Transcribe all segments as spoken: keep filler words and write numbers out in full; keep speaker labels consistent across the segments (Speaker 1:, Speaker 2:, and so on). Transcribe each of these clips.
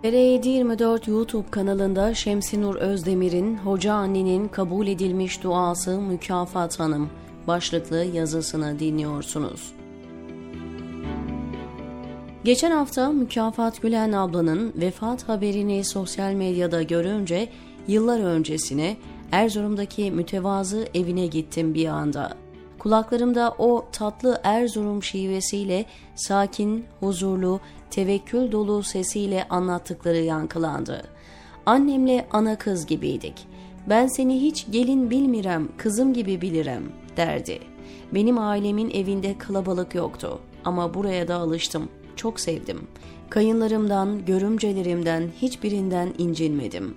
Speaker 1: T R yedi yirmi dört YouTube kanalında Şemsinur Özdemir'in Hoca Annenin Kabul Edilmiş Duası Mükafat Hanım başlıklı yazısını dinliyorsunuz. Geçen hafta Mükafat Gülen ablanın vefat haberini sosyal medyada görünce yıllar öncesine Erzurum'daki mütevazı evine gittim bir anda. Kulaklarımda o tatlı Erzurum şivesiyle sakin, huzurlu, tevekkül dolu sesiyle anlattıkları yankılandı. Annemle ana kız gibiydik. Ben seni hiç gelin bilmirem, kızım gibi bilirim derdi. Benim ailemin evinde kalabalık yoktu ama buraya da alıştım. Çok sevdim. Kayınlarımdan, görümcelerimden hiçbirinden incinmedim.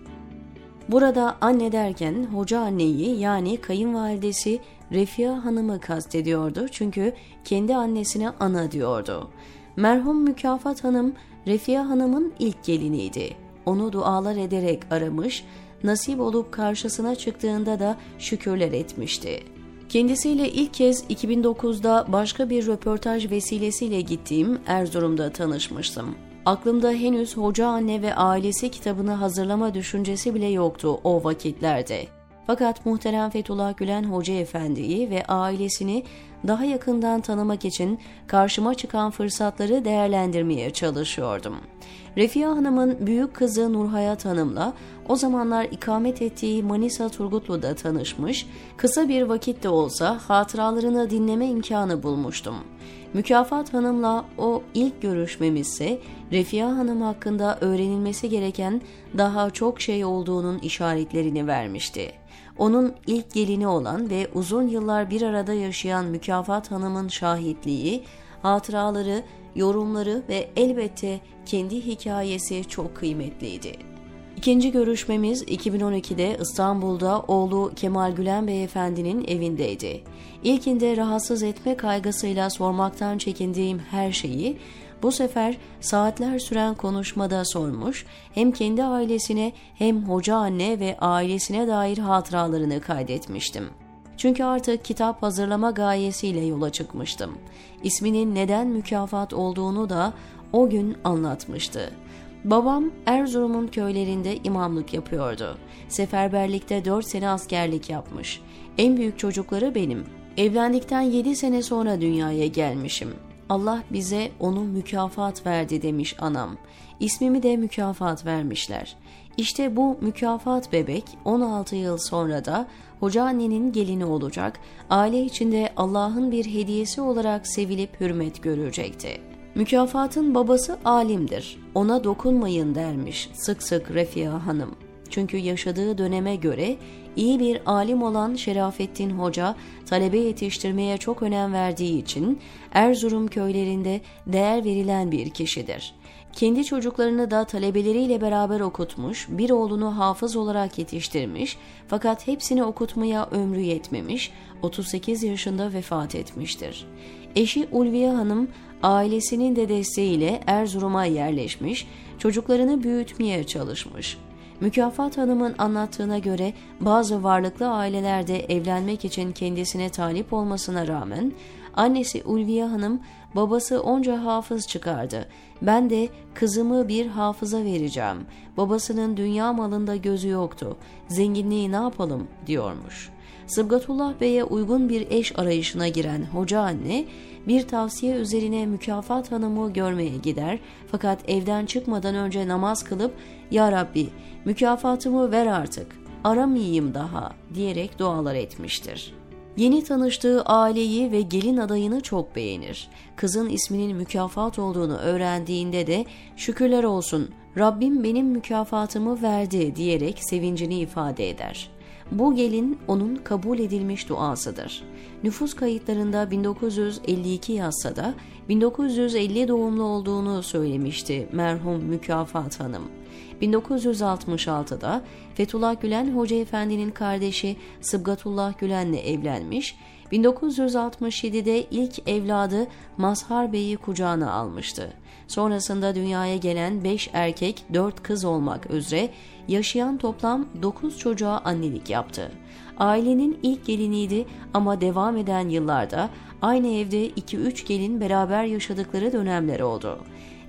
Speaker 1: Burada anne derken hoca anneyi yani kayınvalidesi Refia Hanım'ı kastediyordu çünkü kendi annesine ana diyordu. Merhum Mükafat Hanım Refia Hanım'ın ilk geliniydi. Onu dualar ederek aramış, nasip olup karşısına çıktığında da şükürler etmişti. Kendisiyle ilk kez iki bin dokuzda başka bir röportaj vesilesiyle gittiğim Erzurum'da tanışmıştım. Aklımda henüz Hoca Anne ve Ailesi kitabını hazırlama düşüncesi bile yoktu o vakitlerde. Fakat muhterem Fethullah Gülen Hoca Efendi'yi ve ailesini daha yakından tanımak için karşıma çıkan fırsatları değerlendirmeye çalışıyordum. Refia Hanım'ın büyük kızı Nurhayat Hanım'la o zamanlar ikamet ettiği Manisa Turgutlu'da tanışmış, kısa bir vakit de olsa hatıralarını dinleme imkanı bulmuştum. Mükafat Hanım'la o ilk görüşmemizse Refia Hanım hakkında öğrenilmesi gereken daha çok şey olduğunun işaretlerini vermişti. Onun ilk gelini olan ve uzun yıllar bir arada yaşayan Mükafat Hanım'ın şahitliği, hatıraları, yorumları ve elbette kendi hikayesi çok kıymetliydi. İkinci görüşmemiz iki bin on ikide İstanbul'da oğlu Kemal Gülen Beyefendi'nin evindeydi. İlkinde rahatsız etme kaygısıyla sormaktan çekindiğim her şeyi bu sefer saatler süren konuşmada sormuş, hem kendi ailesine hem hoca anne ve ailesine dair hatıralarını kaydetmiştim. Çünkü artık kitap hazırlama gayesiyle yola çıkmıştım. İsminin neden Mükafat olduğunu da o gün anlatmıştı. Babam Erzurum'un köylerinde imamlık yapıyordu. Seferberlikte dört sene askerlik yapmış. En büyük çocukları benim. Evlendikten yedi sene sonra dünyaya gelmişim. Allah bize onu mükafat verdi demiş anam. İsmimi de Mükafat vermişler. İşte bu mükafat bebek on altı yıl sonra da hoca annenin gelini olacak, aile içinde Allah'ın bir hediyesi olarak sevilip hürmet görecekti. Mükafatın babası alimdir, ona dokunmayın dermiş sık sık Refia Hanım. Çünkü yaşadığı döneme göre iyi bir alim olan Şerafettin Hoca talebe yetiştirmeye çok önem verdiği için Erzurum köylerinde değer verilen bir kişidir. Kendi çocuklarını da talebeleriyle beraber okutmuş, bir oğlunu hafız olarak yetiştirmiş fakat hepsini okutmaya ömrü yetmemiş, otuz sekiz yaşında vefat etmiştir. Eşi Ulviye Hanım ailesinin de desteğiyle Erzurum'a yerleşmiş, çocuklarını büyütmeye çalışmış. Mükafat Hanım'ın anlattığına göre bazı varlıklı ailelerde evlenmek için kendisine talip olmasına rağmen annesi Ulviye Hanım babası onca hafız çıkardı. Ben de kızımı bir hafıza vereceğim. Babasının dünya malında gözü yoktu. Zenginliği ne yapalım diyormuş. Sıbgatullah Bey'e uygun bir eş arayışına giren hoca anne bir tavsiye üzerine Mükafat Hanım'ı görmeye gider fakat evden çıkmadan önce namaz kılıp "Ya Rabbi, mükafatımı ver artık, aramayayım daha" diyerek dualar etmiştir. Yeni tanıştığı aileyi ve gelin adayını çok beğenir. Kızın isminin Mükafat olduğunu öğrendiğinde de "Şükürler olsun, Rabbim benim mükafatımı verdi" diyerek sevincini ifade eder. Bu gelin onun kabul edilmiş duasıdır. Nüfus kayıtlarında bin dokuz yüz elli iki yazsa da bin dokuz yüz elli doğumlu olduğunu söylemişti merhum Mükafat Hanım. bin dokuz yüz altmış altıda Fethullah Gülen Hoca Efendi'nin kardeşi Sıbgatullah Gülen'le evlenmiş, bin dokuz yüz altmış yedide ilk evladı Mazhar Bey'i kucağına almıştı. Sonrasında dünyaya gelen beş erkek, dört kız olmak üzere yaşayan toplam dokuz çocuğa annelik yaptı. Ailenin ilk geliniydi ama devam eden yıllarda aynı evde iki üç gelin beraber yaşadıkları dönemler oldu.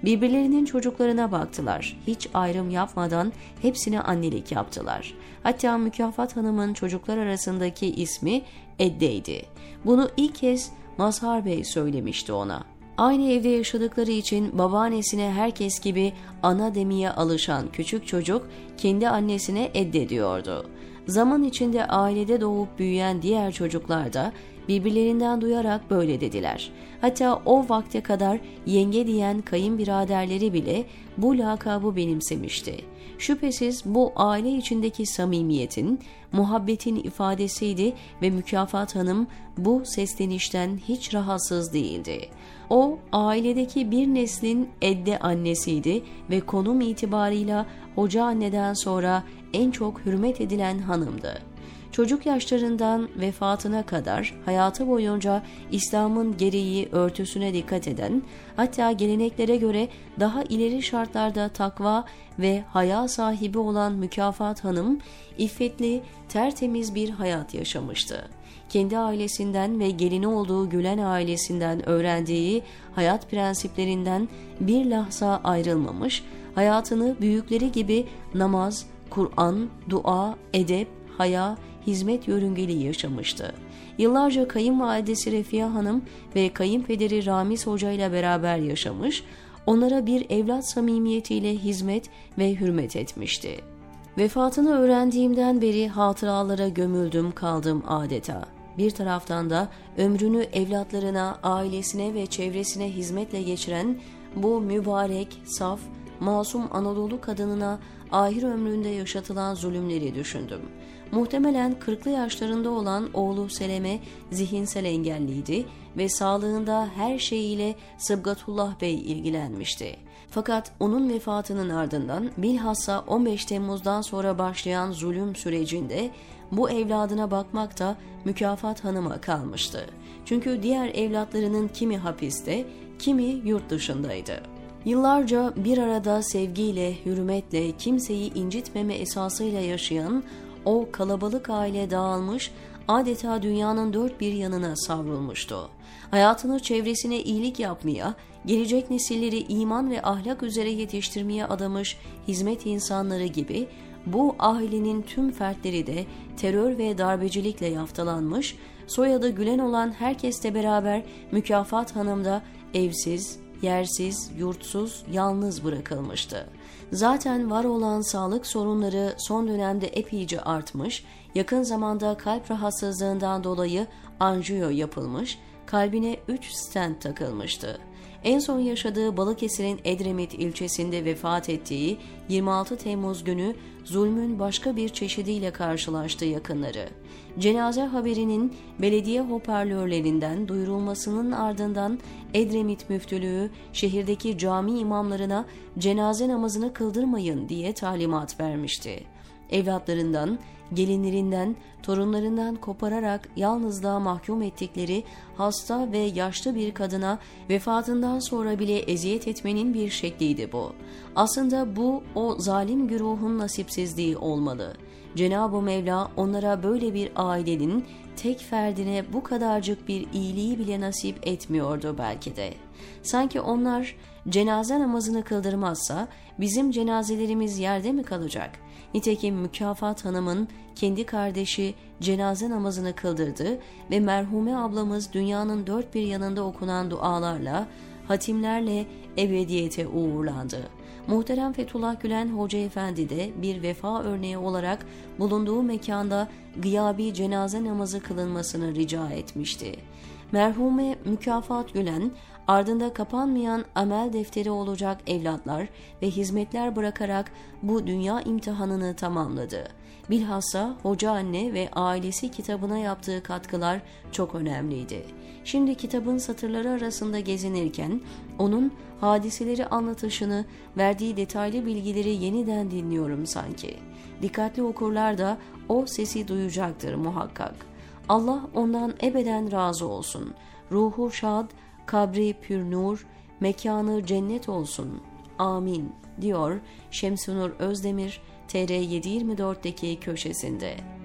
Speaker 1: Birbirlerinin çocuklarına baktılar. Hiç ayrım yapmadan hepsine annelik yaptılar. Hatta Mükafat Hanım'ın çocuklar arasındaki ismi Edde'ydi. Bunu ilk kez Mazhar Bey söylemişti ona. Aynı evde yaşadıkları için babaannesine herkes gibi ana demeye alışan küçük çocuk kendi annesine Edde diyordu. Zaman içinde ailede doğup büyüyen diğer çocuklar da birbirlerinden duyarak böyle dediler. Hatta o vakte kadar yenge diyen kayınbiraderleri bile bu lakabı benimsemişti. Şüphesiz bu aile içindeki samimiyetin, muhabbetin ifadesiydi ve Mükafat Hanım bu seslenişten hiç rahatsız değildi. O, ailedeki bir neslin Edde annesiydi ve konum itibarıyla hoca anneden sonra en çok hürmet edilen hanımdı. Çocuk yaşlarından vefatına kadar hayatı boyunca İslam'ın gereği örtüsüne dikkat eden, hatta geleneklere göre daha ileri şartlarda takva ve haya sahibi olan Mükafat Hanım, iffetli, tertemiz bir hayat yaşamıştı. Kendi ailesinden ve gelini olduğu Gülen ailesinden öğrendiği hayat prensiplerinden bir lahza ayrılmamış, hayatını büyükleri gibi namaz, Kur'an, dua, edep, haya, hizmet yörüngeli yaşamıştı. Yıllarca kayınvalidesi Refiye Hanım ve kayınpederi Ramiz Hoca ile beraber yaşamış, onlara bir evlat samimiyetiyle hizmet ve hürmet etmişti. Vefatını öğrendiğimden beri hatıralara gömüldüm kaldım adeta. Bir taraftan da ömrünü evlatlarına, ailesine ve çevresine hizmetle geçiren bu mübarek, saf, masum Anadolu kadınına ahir ömründe yaşatılan zulümleri düşündüm. Muhtemelen kırklı yaşlarında olan oğlu Seleme zihinsel engelliydi ve sağlığında her şeyiyle Sıbgatullah Bey ilgilenmişti. Fakat onun vefatının ardından bilhassa on beş Temmuz'dan sonra başlayan zulüm sürecinde bu evladına bakmak da Mükafat Hanım'a kalmıştı. Çünkü diğer evlatlarının kimi hapiste, kimi yurt dışındaydı. Yıllarca bir arada sevgiyle, hürmetle, kimseyi incitmeme esasıyla yaşayan o kalabalık aile dağılmış, adeta dünyanın dört bir yanına savrulmuştu. Hayatını çevresine iyilik yapmaya, gelecek nesilleri iman ve ahlak üzere yetiştirmeye adamış hizmet insanları gibi bu ailenin tüm fertleri de terör ve darbecilikle yaftalanmış, soyadı Gülen olan herkesle beraber Mükafat Hanım da evsiz, yersiz, yurtsuz, yalnız bırakılmıştı. Zaten var olan sağlık sorunları son dönemde epeyce artmış, yakın zamanda kalp rahatsızlığından dolayı anjiyo yapılmış, kalbine üç stent takılmıştı. En son yaşadığı Balıkesir'in Edremit ilçesinde vefat ettiği yirmi altı Temmuz günü zulmün başka bir çeşidiyle karşılaştı yakınları. Cenaze haberinin belediye hoparlörlerinden duyurulmasının ardından Edremit Müftülüğü şehirdeki cami imamlarına cenaze namazını kıldırmayın diye talimat vermişti. Evlatlarından, gelinlerinden, torunlarından kopararak yalnızlığa mahkum ettikleri hasta ve yaşlı bir kadına vefatından sonra bile eziyet etmenin bir şekliydi bu. Aslında bu o zalim güruhun nasipsizliği olmalı. Cenab-ı Mevla onlara böyle bir ailenin tek ferdine bu kadarcık bir iyiliği bile nasip etmiyordu belki de. Sanki onlar cenaze namazını kıldırmazsa bizim cenazelerimiz yerde mi kalacak? Nitekim Mükafat Hanım'ın kendi kardeşi cenaze namazını kıldırdı ve merhume ablamız dünyanın dört bir yanında okunan dualarla, hatimlerle ebediyete uğurlandı. Muhterem Fethullah Gülen Hoca Efendi de bir vefa örneği olarak bulunduğu mekanda gıyabi cenaze namazı kılınmasını rica etmişti. Merhume Mükafat Gülen, ardında kapanmayan amel defteri olacak evlatlar ve hizmetler bırakarak bu dünya imtihanını tamamladı. Bilhassa Hoca Anne ve ailesi kitabına yaptığı katkılar çok önemliydi. Şimdi kitabın satırları arasında gezinirken onun hadiseleri anlatışını, verdiği detaylı bilgileri yeniden dinliyorum sanki. Dikkatli okurlar da o sesi duyacaktır muhakkak. Allah ondan ebeden razı olsun. Ruhu şad, kabri pür nur, mekanı cennet olsun. Amin, diyor Şemsunur Özdemir T R yedi yirmi dört'teki köşesinde.